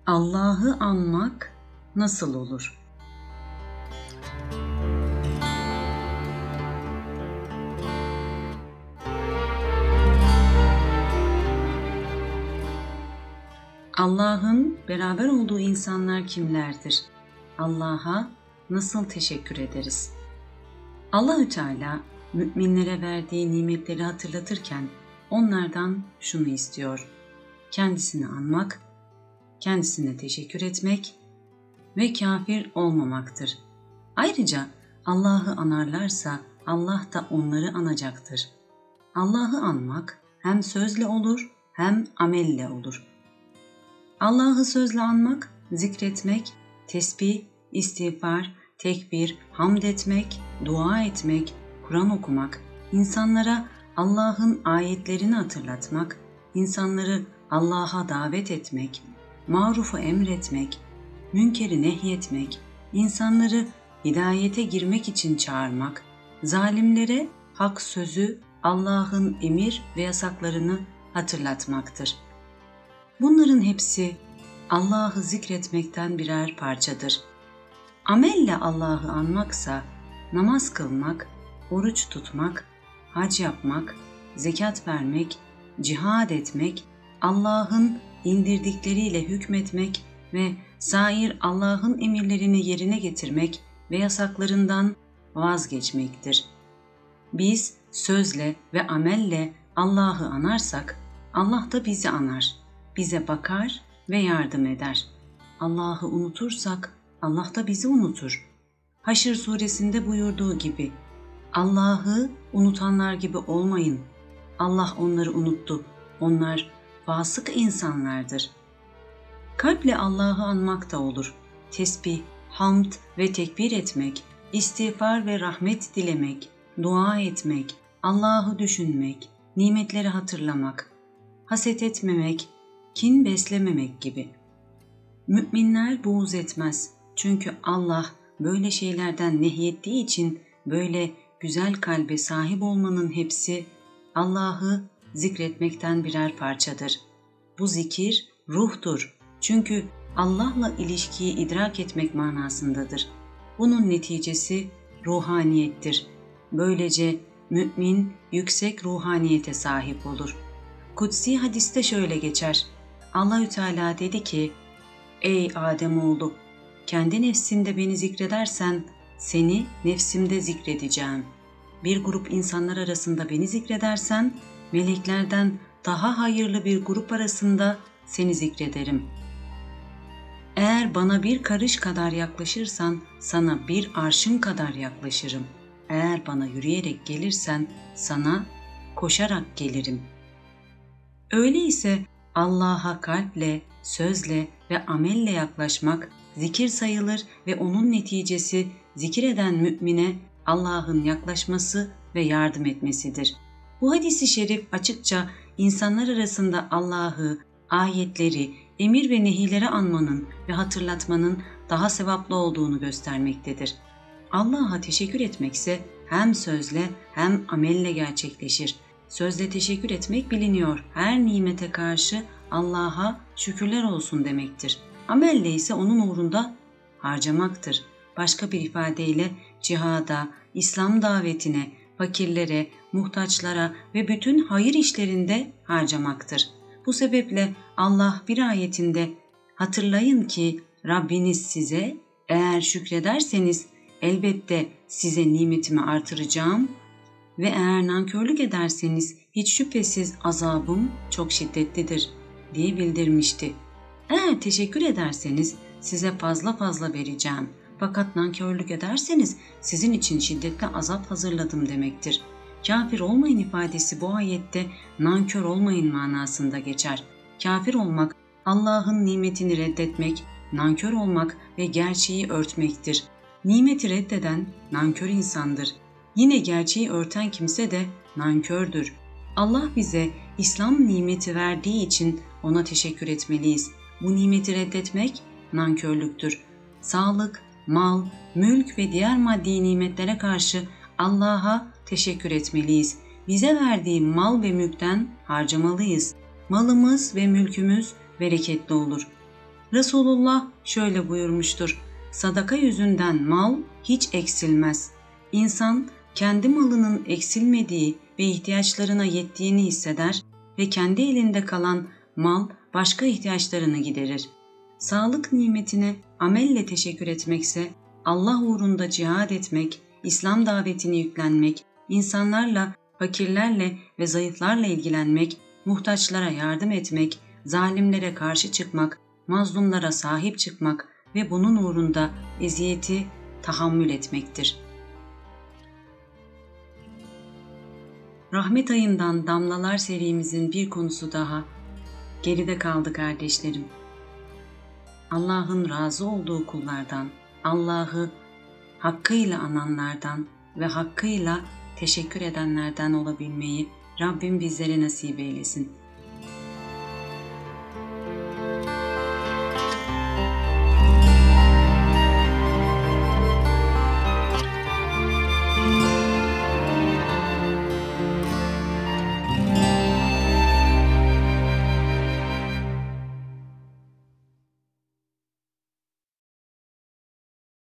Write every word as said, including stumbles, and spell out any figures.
Allah'ı anmak nasıl olur? Allah'ın beraber olduğu insanlar kimlerdir? Allah'a nasıl teşekkür ederiz? Allahü Teala müminlere verdiği nimetleri hatırlatırken onlardan şunu istiyor: kendisini anmak, kendisine teşekkür etmek ve kafir olmamaktır. Ayrıca Allah'ı anarlarsa Allah da onları anacaktır. Allah'ı anmak hem sözle olur hem amelle olur. Allah'ı sözle anmak, zikretmek, tesbih, istiğfar, tekbir, hamd etmek, dua etmek, Kur'an okumak, insanlara Allah'ın ayetlerini hatırlatmak, insanları Allah'a davet etmek, marufu emretmek, münkeri nehyetmek, insanları hidayete girmek için çağırmak, zalimlere hak sözü, Allah'ın emir ve yasaklarını hatırlatmaktır. Bunların hepsi Allah'ı zikretmekten birer parçadır. Amelle Allah'ı anmaksa namaz kılmak, oruç tutmak, hac yapmak, zekat vermek, cihad etmek, Allah'ın indirdikleriyle hükmetmek ve sair Allah'ın emirlerini yerine getirmek ve yasaklarından vazgeçmektir. Biz sözle ve amelle Allah'ı anarsak Allah da bizi anar, bize bakar ve yardım eder. Allah'ı unutursak Allah da bizi unutur. Haşr suresinde buyurduğu gibi, Allah'ı unutanlar gibi olmayın. Allah onları unuttu. Onlar fasık insanlardır. Kalple Allah'ı anmak da olur. Tesbih, hamd ve tekbir etmek, istiğfar ve rahmet dilemek, dua etmek, Allah'ı düşünmek, nimetleri hatırlamak, haset etmemek, kin beslememek gibi. Müminler buğz etmez. Çünkü Allah böyle şeylerden nehyettiği için böyle güzel kalbe sahip olmanın hepsi Allah'ı zikretmekten birer parçadır. Bu zikir ruhtur. Çünkü Allah'la ilişkiyi idrak etmek manasındadır. Bunun neticesi ruhaniyettir. Böylece mümin yüksek ruhaniyete sahip olur. Kutsi hadiste şöyle geçer: Allahü Teala dedi ki, ey Ademoğlu, kendi nefsinde beni zikredersen seni nefsimde zikredeceğim. Bir grup insanlar arasında beni zikredersen meleklerden daha hayırlı bir grup arasında seni zikrederim. Eğer bana bir karış kadar yaklaşırsan sana bir arşın kadar yaklaşırım. Eğer bana yürüyerek gelirsen sana koşarak gelirim. Öyleyse Allah'a kalple, sözle ve amelle yaklaşmak zikir sayılır ve onun neticesi zikir eden mümine Allah'ın yaklaşması ve yardım etmesidir. Bu hadis-i şerif açıkça insanlar arasında Allah'ı, ayetleri, emir ve nehirleri anmanın ve hatırlatmanın daha sevaplı olduğunu göstermektedir. Allah'a teşekkür etmekse hem sözle hem amelle gerçekleşir. Sözle teşekkür etmek biliniyor. Her nimete karşı Allah'a şükürler olsun demektir. Amelle ise onun uğrunda harcamaktır. Başka bir ifadeyle cihada, İslam davetine, fakirlere, muhtaçlara ve bütün hayır işlerinde harcamaktır. Bu sebeple Allah bir ayetinde hatırlayın ki Rabbiniz size eğer şükrederseniz elbette size nimetimi artıracağım ve eğer nankörlük ederseniz hiç şüphesiz azabım çok şiddetlidir diye bildirmişti. Eğer teşekkür ederseniz size fazla fazla vereceğim. Fakat nankörlük ederseniz sizin için şiddetli azap hazırladım demektir. Kafir olmayın ifadesi bu ayette nankör olmayın manasında geçer. Kafir olmak, Allah'ın nimetini reddetmek, nankör olmak ve gerçeği örtmektir. Nimeti reddeden nankör insandır. Yine gerçeği örten kimse de nankördür. Allah bize İslam nimeti verdiği için ona teşekkür etmeliyiz. Bu nimeti reddetmek nankörlüktür. Sağlık, mal, mülk ve diğer maddi nimetlere karşı Allah'a teşekkür etmeliyiz. Bize verdiği mal ve mülkten harcamalıyız. Malımız ve mülkümüz bereketli olur. Resulullah şöyle buyurmuştur: sadaka yüzünden mal hiç eksilmez. İnsan kendi malının eksilmediği ve ihtiyaçlarına yettiğini hisseder ve kendi elinde kalan mal başka ihtiyaçlarını giderir. Sağlık nimetine amelle teşekkür etmekse Allah uğrunda cihad etmek, İslam davetini yüklenmek, insanlarla, fakirlerle ve zayıflarla ilgilenmek, muhtaçlara yardım etmek, zalimlere karşı çıkmak, mazlumlara sahip çıkmak ve bunun uğrunda eziyeti tahammül etmektir. Rahmet ayından Damlalar serimizin bir konusu daha geride kaldı kardeşlerim. Allah'ın razı olduğu kullardan, Allah'ı hakkıyla ananlardan ve hakkıyla teşekkür edenlerden olabilmeyi Rabbim bizlere nasip eylesin.